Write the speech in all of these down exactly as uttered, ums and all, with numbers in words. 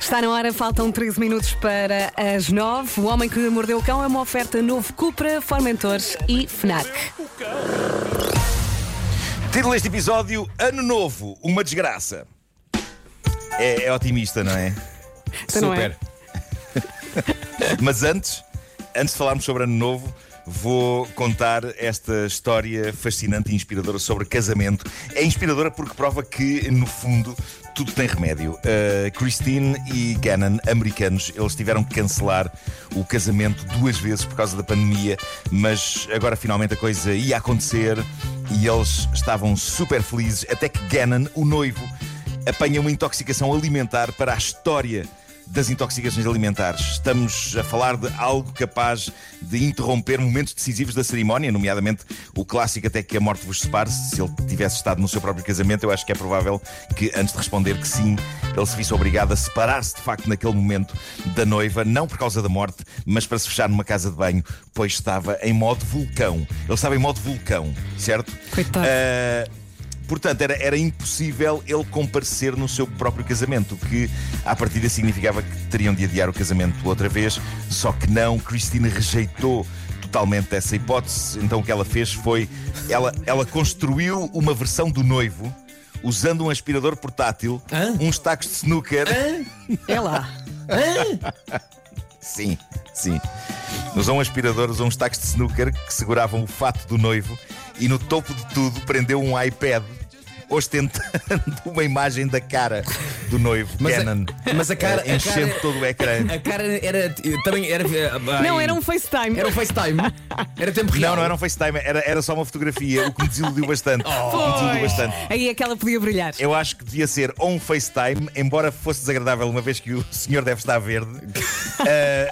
Está na hora, faltam treze minutos para as nove. O Homem que Mordeu o Cão é uma oferta novo Cupra, Formentor e FNAC. Título deste episódio: Ano Novo, uma desgraça. É, é otimista, não é? Então não é? Super. Mas antes, antes de falarmos sobre Ano Novo, vou contar esta história fascinante e inspiradora sobre casamento. É inspiradora porque prova que, no fundo, tudo tem remédio. Uh, Christine e Gannon, americanos, eles tiveram que cancelar o casamento duas vezes por causa da pandemia, mas agora finalmente a coisa ia acontecer e eles estavam super felizes, até que Gannon, o noivo, apanha uma intoxicação alimentar para a história das intoxicações alimentares. Estamos a falar de algo capaz de interromper momentos decisivos da cerimónia, nomeadamente o clássico até que a morte vos separe. Se ele tivesse estado no seu próprio casamento, eu acho que é provável que, antes de responder que sim, ele se visse obrigado a separar-se de facto naquele momento da noiva, não por causa da morte, mas para se fechar numa casa de banho, pois estava em modo vulcão. Ele estava em modo vulcão, certo? Coitado. Uh... Portanto, era, era impossível ele comparecer no seu próprio casamento, o que, à partida, significava que teriam de adiar o casamento outra vez. Só que não, Christine rejeitou totalmente essa hipótese. Então o que ela fez foi, ela, ela construiu uma versão do noivo usando um aspirador portátil, Hã? uns tacos de snooker. Hã? É lá. Hã? Sim, sim. Usou um aspirador, usou uns tacos de snooker que seguravam o fato do noivo e no topo de tudo prendeu um iPad ostentando uma imagem da cara do noivo, Mas a- Gannon, mas a cara- eh, enchendo a cara- todo o ecrã. A cara era. Também era. ai, Não, era um FaceTime. Era um FaceTime. Era tempo real. Não, não era um FaceTime, era, era só uma fotografia, o que me desiludiu bastante. O que me desiludiu bastante. Aí é que ela podia brilhar. Eu acho que devia ser ou um FaceTime, embora fosse desagradável, uma vez que o senhor deve estar verde. Eh,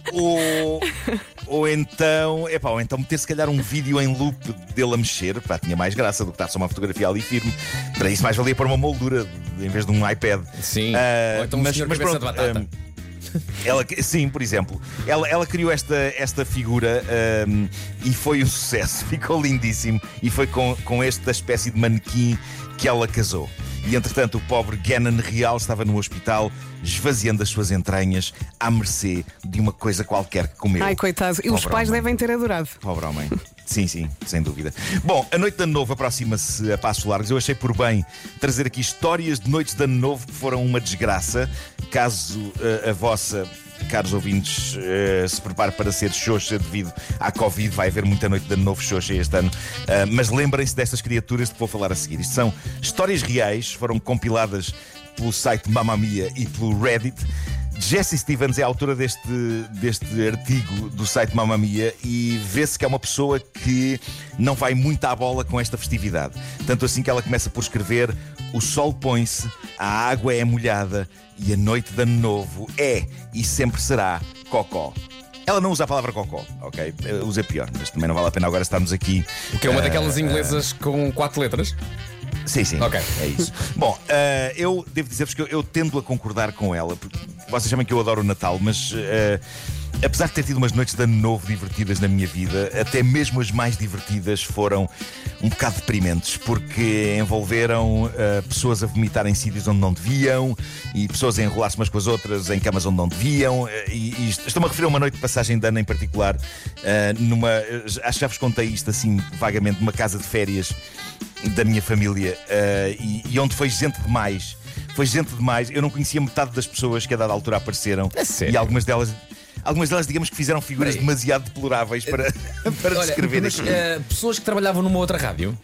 ou, ou então, epá, ou então meter se calhar um vídeo em loop dele a mexer. Pá, tinha mais graça do que estar só uma fotografia ali firme. Para isso mais valia pôr uma moldura em vez de um iPad. Sim. Ah, Ou então um mas, senhor mas cabeça pronto, de batata. ah, ela, sim, por exemplo, ela, ela criou esta, esta figura um, e foi um sucesso, ficou lindíssimo. E foi com, com esta espécie de manequim que ela casou. E entretanto, o pobre Gannon real estava no hospital, esvaziando as suas entranhas à mercê de uma coisa qualquer que comeu. Ai, coitado. E os Pobre pais homem. devem ter adorado. Pobre homem. Sim, sim, sem dúvida. Bom, a noite de Ano Novo aproxima-se a passos largos. Eu achei por bem trazer aqui histórias de noites de Ano Novo que foram uma desgraça. Caso uh, a vossa, caros ouvintes, uh, se prepare para ser xoxa devido à Covid, vai haver muita noite de Ano Novo xoxa este ano. Uh, mas lembrem-se destas criaturas de que vou falar a seguir. Isto são histórias reais, foram compiladas pelo site Mamma Mia e pelo Reddit. Jessie Stevens é a autora deste, deste artigo do site Mamma Mia e vê-se que é uma pessoa que não vai muito à bola com esta festividade. Tanto assim que ela começa por escrever: o sol põe-se, a água é molhada e a noite de Ano Novo é e sempre será cocó. Ela não usa a palavra cocó, ok? Usa pior, mas também não vale a pena agora estarmos aqui. O que é uma uh, daquelas inglesas com quatro letras? Sim, sim, Ok. é isso. Bom, uh, eu devo dizer-vos que eu, eu tendo a concordar com ela, porque vocês sabem que eu adoro o Natal, mas uh, apesar de ter tido umas noites de Ano Novo divertidas na minha vida, até mesmo as mais divertidas foram um bocado deprimentes, porque envolveram uh, pessoas a vomitar em sítios onde não deviam e pessoas a enrolar-se umas com as outras em camas onde não deviam. Uh, e, e estou-me a referir a uma noite de passagem de ano em particular, uh, numa, acho que já vos contei isto assim vagamente, numa casa de férias da minha família, uh, e, e onde foi gente demais. Foi gente demais. Eu não conhecia metade das pessoas que a dada altura apareceram. É sério? E algumas delas, algumas delas, digamos que fizeram figuras Peraí. demasiado deploráveis para, para Olha, descrever mas, aquilo. eh, pessoas que trabalhavam numa outra rádio.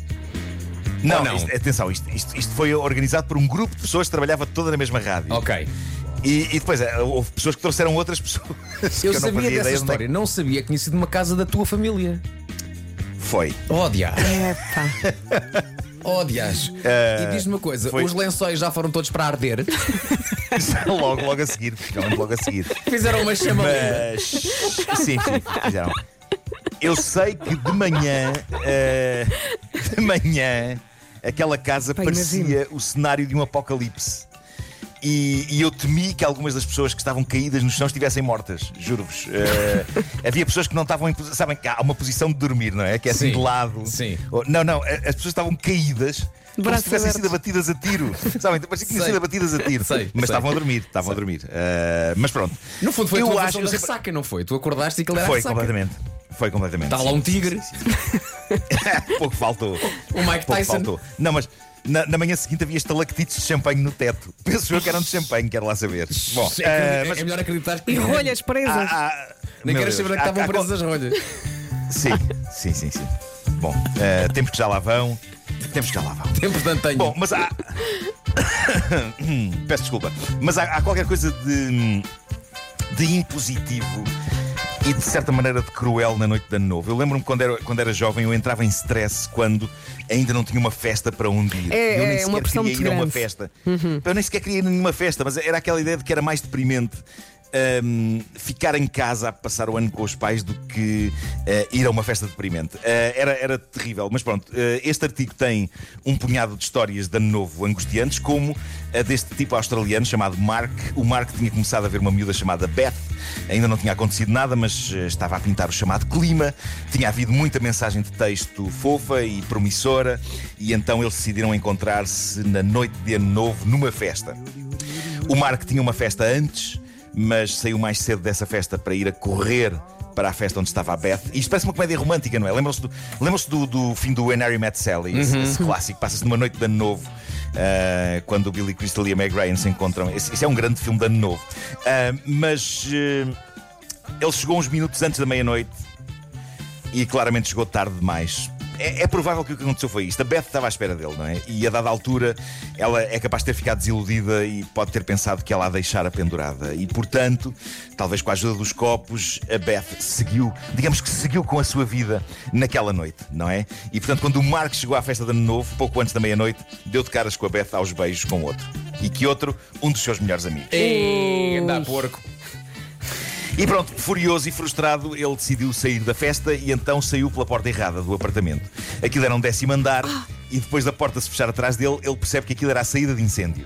Não, ou não? Isto, atenção, isto, isto, isto foi organizado por um grupo de pessoas que trabalhava toda na mesma rádio. Ok. E, e depois eh, houve pessoas que trouxeram outras pessoas. que Eu não sabia fazia dessa ideia de onde é história. Não sabia que tinha sido uma casa da tua família. que Foi. Ódia. Epá. Ódias. Uh, E diz-me uma coisa: foi- os lençóis já foram todos para arder? logo, logo a seguir, realmente logo a seguir. Fizeram uma chamadinha. Mas. Sim, sim, fizeram. Eu sei que de manhã, eh, de manhã, aquela casa Pá, parecia imagino. o cenário de um apocalipse. E, e eu temi que algumas das pessoas que estavam caídas no chão estivessem mortas, juro-vos. Eh, havia pessoas que não estavam em posição. Sabem que há uma posição de dormir, não é? Que é assim Sim, de lado. sim. Ou- Não, não, as pessoas estavam caídas como se tivessem sido abatidas a tiro. Sabem? Parecia que tinham sido abatidas a tiro. Sei, mas sei. estavam a dormir, estavam sei. a dormir. Uh, mas pronto. No fundo foi eu a tua acho versão da sempre... ressaca, não foi? Tu acordaste e aquilo era Foi ressaca. completamente. Foi completamente. Está lá um tigre. Sim, sim, sim. Pouco faltou. O Mike Pouco Tyson. faltou. Não, mas na, na manhã seguinte havia estalactites de champanhe no teto. Penso eu que eram de champanhe, quero lá saber. Bom, é, uh, mas... é melhor acreditar que. E rolhas presas. Ah, ah, Nem meu queres Deus. saber onde é que estavam Ah, presas as rolhas. Sim, sim, sim, sim. Bom, uh, tempos que já lá vão. Tempos que já lá vão. Tempos de antanho. Bom, mas há. Peço desculpa. Mas há, há qualquer coisa de. de impositivo e de certa maneira de cruel na noite de Ano Novo. Eu lembro-me quando era, quando era jovem, eu entrava em stress quando ainda não tinha uma festa para onde ir. É, eu nem é sequer uma pressão queria muito ir a uma grande. festa. Uhum. Eu nem sequer queria ir a nenhuma festa, mas era aquela ideia de que era mais deprimente. Um, ficar em casa a passar o ano com os pais do que uh, ir a uma festa deprimente. Uh, era, era terrível, mas pronto, uh, este artigo tem um punhado de histórias de Ano Novo angustiantes, como a deste tipo australiano chamado Mark. O Mark tinha começado a ver uma miúda chamada Beth, ainda não tinha acontecido nada, mas uh, estava a pintar o chamado clima. Tinha havido muita mensagem de texto fofa e promissora, e então eles decidiram encontrar-se na noite de Ano Novo numa festa. O Mark tinha uma festa antes, mas saiu mais cedo dessa festa para ir a correr para a festa onde estava a Beth. Isto parece uma comédia romântica, não é? Lembram-se do, lembram-se do, do fim do When Harry Met Sally, esse, Uhum. esse clássico, passa-se numa noite de Ano Novo, uh, quando o Billy Crystal e a Meg Ryan se encontram. Esse, esse é um grande filme de Ano Novo. Uh, mas uh, ele chegou uns minutos antes da meia-noite e claramente chegou tarde demais. É, é provável que o que aconteceu foi isto. A Beth estava à espera dele, não é? E a dada altura ela é capaz de ter ficado desiludida e pode ter pensado que ela a deixara pendurada. E portanto, talvez com a ajuda dos copos, a Beth seguiu, digamos que seguiu com a sua vida naquela noite, não é? E portanto, quando o Mark chegou à festa de Ano Novo, pouco antes da meia-noite, deu de caras com a Beth aos beijos com outro. E que outro? Um dos seus melhores amigos. Ei, anda porco. E pronto, furioso e frustrado, ele decidiu sair da festa e então saiu pela porta errada do apartamento. Aquilo era um décimo andar e depois da porta se fechar atrás dele, ele percebe que aquilo era a saída de incêndio.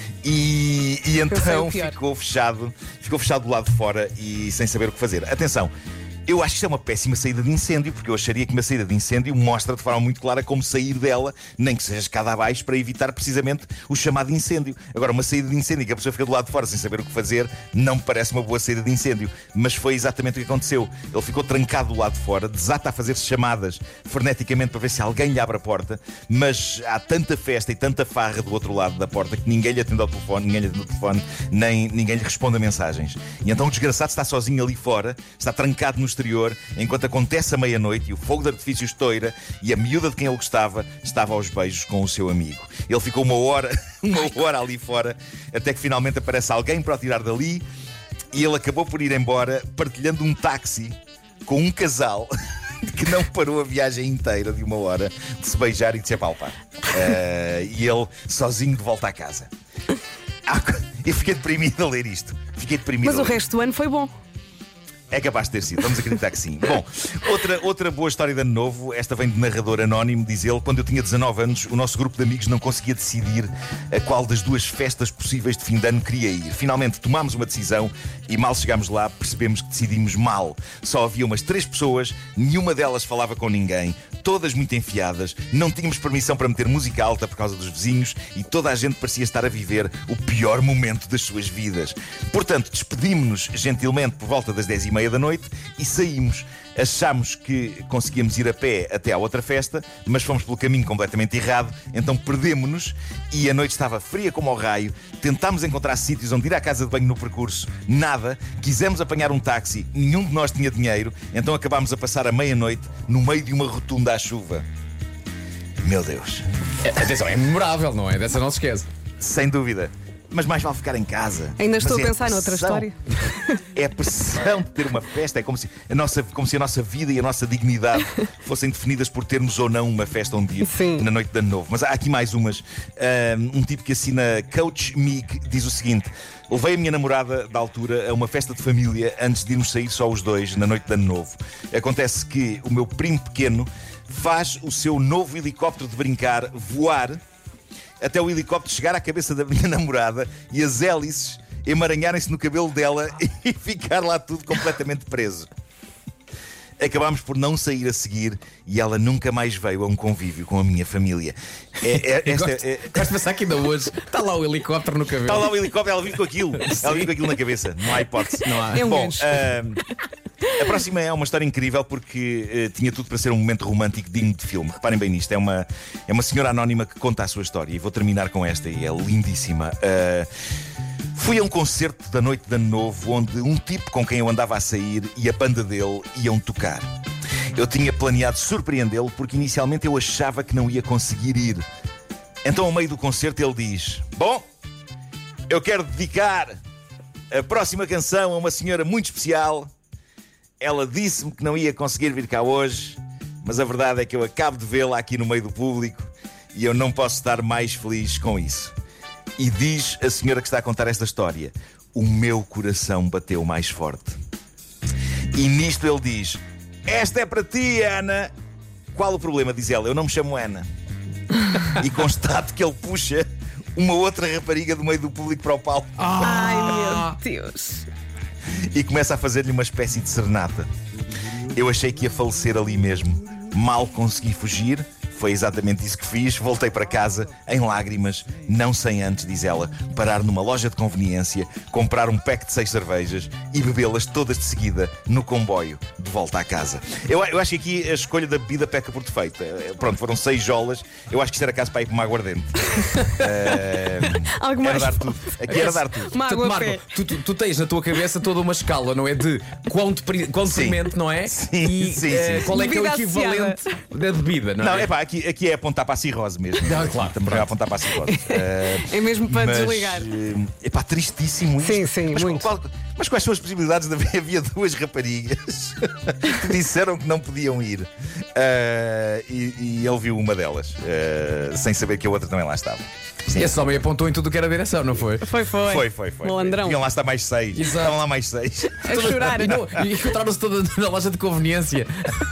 E, e então ficou fechado, ficou fechado do lado de fora e sem saber o que fazer. Atenção! Eu acho que isto é uma péssima saída de incêndio, porque eu acharia que uma saída de incêndio mostra de forma muito clara como sair dela, nem que seja escada abaixo, para evitar precisamente o chamado incêndio. Agora, uma saída de incêndio que a pessoa fica do lado de fora sem saber o que fazer, não me parece uma boa saída de incêndio. Mas foi exatamente o que aconteceu. Ele ficou trancado do lado de fora, desata a fazer chamadas freneticamente para ver se alguém lhe abre a porta, mas há tanta festa e tanta farra do outro lado da porta que ninguém lhe atende ao telefone, ninguém lhe atende ao telefone, nem ninguém lhe responde a mensagens. E então o desgraçado está sozinho ali fora, está trancado no exterior, enquanto acontece a meia-noite e o fogo de artifício estoura e a miúda de quem ele gostava estava aos beijos com o seu amigo. Ele ficou uma hora, uma hora ali fora, até que finalmente aparece alguém para o tirar dali e ele acabou por ir embora partilhando um táxi com um casal que não parou a viagem inteira de uma hora de se beijar e de se apalpar. Uh, e ele sozinho de volta à casa. Ah, eu fiquei deprimido a ler isto. Fiquei deprimido. Mas o resto do ano foi bom. É capaz de ter sido, vamos acreditar que sim. Bom, outra, outra boa história de Ano Novo, esta vem de narrador anónimo, diz ele: quando eu tinha dezanove anos, o nosso grupo de amigos não conseguia decidir a qual das duas festas possíveis de fim de ano queria ir. Finalmente tomámos uma decisão e mal chegámos lá percebemos que decidimos mal. Só havia umas três pessoas, nenhuma delas falava com ninguém, todas muito enfiadas, não tínhamos permissão para meter música alta por causa dos vizinhos e toda a gente parecia estar a viver o pior momento das suas vidas. Portanto, despedimos-nos gentilmente por volta das dez e meia da noite e saímos. Achámos que conseguíamos ir a pé até à outra festa, mas fomos pelo caminho completamente errado, então perdemo-nos e a noite estava fria como ao raio. Tentámos encontrar sítios onde ir à casa de banho no percurso, nada. Quisemos apanhar um táxi, nenhum de nós tinha dinheiro, então acabámos a passar a meia-noite no meio de uma rotunda à chuva. Meu Deus. Atenção, é memorável, não é? Dessa não se esquece. Sem dúvida. Mas mais vale ficar em casa. Ainda estou Mas a é pensar noutra pressão. história. É a pressão de ter uma festa. É como se a nossa, como se a nossa vida e a nossa dignidade fossem definidas por termos ou não uma festa um dia. Sim. Na noite de Ano Novo. Mas há aqui mais umas. Um, um tipo que assina Coach Mig diz o seguinte: levei a minha namorada da altura a uma festa de família antes de irmos sair só os dois na noite de Ano Novo. Acontece que o meu primo pequeno faz o seu novo helicóptero de brincar voar até o helicóptero chegar à cabeça da minha namorada e as hélices emaranharem-se no cabelo dela e ficar lá tudo completamente preso. Acabámos por não sair a seguir e ela nunca mais veio a um convívio com a minha família. É, é, esta, Gosto, é, gosto de pensar que ainda hoje está lá o helicóptero no cabelo. está lá o helicóptero, ela vive com aquilo. Ela vive com aquilo na cabeça. Não há hipótese. Não há. É um Bom, gancho. ah, a próxima é uma história incrível porque eh, tinha tudo para ser um momento romântico digno de filme. Reparem bem nisto. É uma, é uma senhora anónima que conta a sua história. E vou terminar com esta, e é lindíssima. Ah, Fui a um concerto da noite de Ano Novo onde um tipo com quem eu andava a sair e a banda dele iam tocar. Eu tinha planeado surpreendê-lo porque inicialmente eu achava que não ia conseguir ir. Então, ao meio do concerto, ele diz: bom, eu quero dedicar a próxima canção a uma senhora muito especial. Ela disse-me que não ia conseguir vir cá hoje, mas a verdade é que eu acabo de vê-la aqui no meio do público e eu não posso estar mais feliz com isso. E diz a senhora que está a contar esta história: o meu coração bateu mais forte. E nisto ele diz: esta é para ti, Ana. Qual o problema? Diz ela: eu não me chamo Ana. E constato que ele puxa uma outra rapariga do meio do público para o palco Ai, meu Deus. e começa a fazer-lhe uma espécie de serenata. Eu achei que ia falecer ali mesmo. Mal consegui fugir. Foi exatamente isso que fiz. Voltei para casa em lágrimas, não sem antes, diz ela, parar numa loja de conveniência, comprar um pack de seis cervejas e bebê-las todas de seguida no comboio de volta à casa. Eu, eu acho que aqui a escolha da bebida peca por defeito. Eh, Pronto, foram seis jolas. Eu acho que isto era caso para ir para uma aguardente. Eh, Algo era mais dar tudo. Aqui era dar tudo. Uma água Portanto, a pé. Marco, tu, tu, tu tens na tua cabeça toda uma escala, não é? De quão, depri- quão Sim. deprimente, não é? Sim, e sim, eh, sim. qual é que é o Bebida equivalente da bebida, não, Não, é? é pá, aqui, aqui é apontar para a cirrose mesmo. Não, claro, Estamos a apontar para a cirrose. Eh, É mesmo para mas, desligar. É pá, tristíssimo isto. Sim, sim, mas, muito. qual- mas quais são as possibilidades de haver? Havia duas raparigas que disseram que não podiam ir. Eh, e, e ele viu uma delas, eh, sem saber que a outra também lá estava. Esse homem apontou em tudo o que era direção, não foi? Foi, foi. Foi, foi, foi. Malandrão. Iam lá estar mais seis. Exato. Estavam lá mais seis. A chorar. E, não- e encontraram-se todas na loja de conveniência.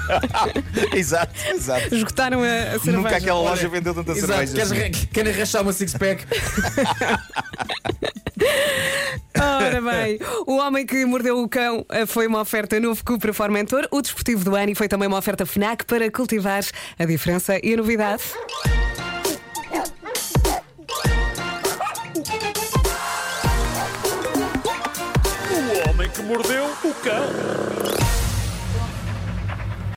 exato, exato. Esgotaram a, a cerveja. Nunca aquela loja Olha, vendeu tanta Exato, cerveja. queres, assim. re- querem rachar uma six-pack? Ora bem, o homem que mordeu o cão eh, foi uma oferta novo Cupra Formentor. O desportivo do ano e foi também uma oferta FNAC para cultivar a diferença e a novidade. O homem que mordeu o cão.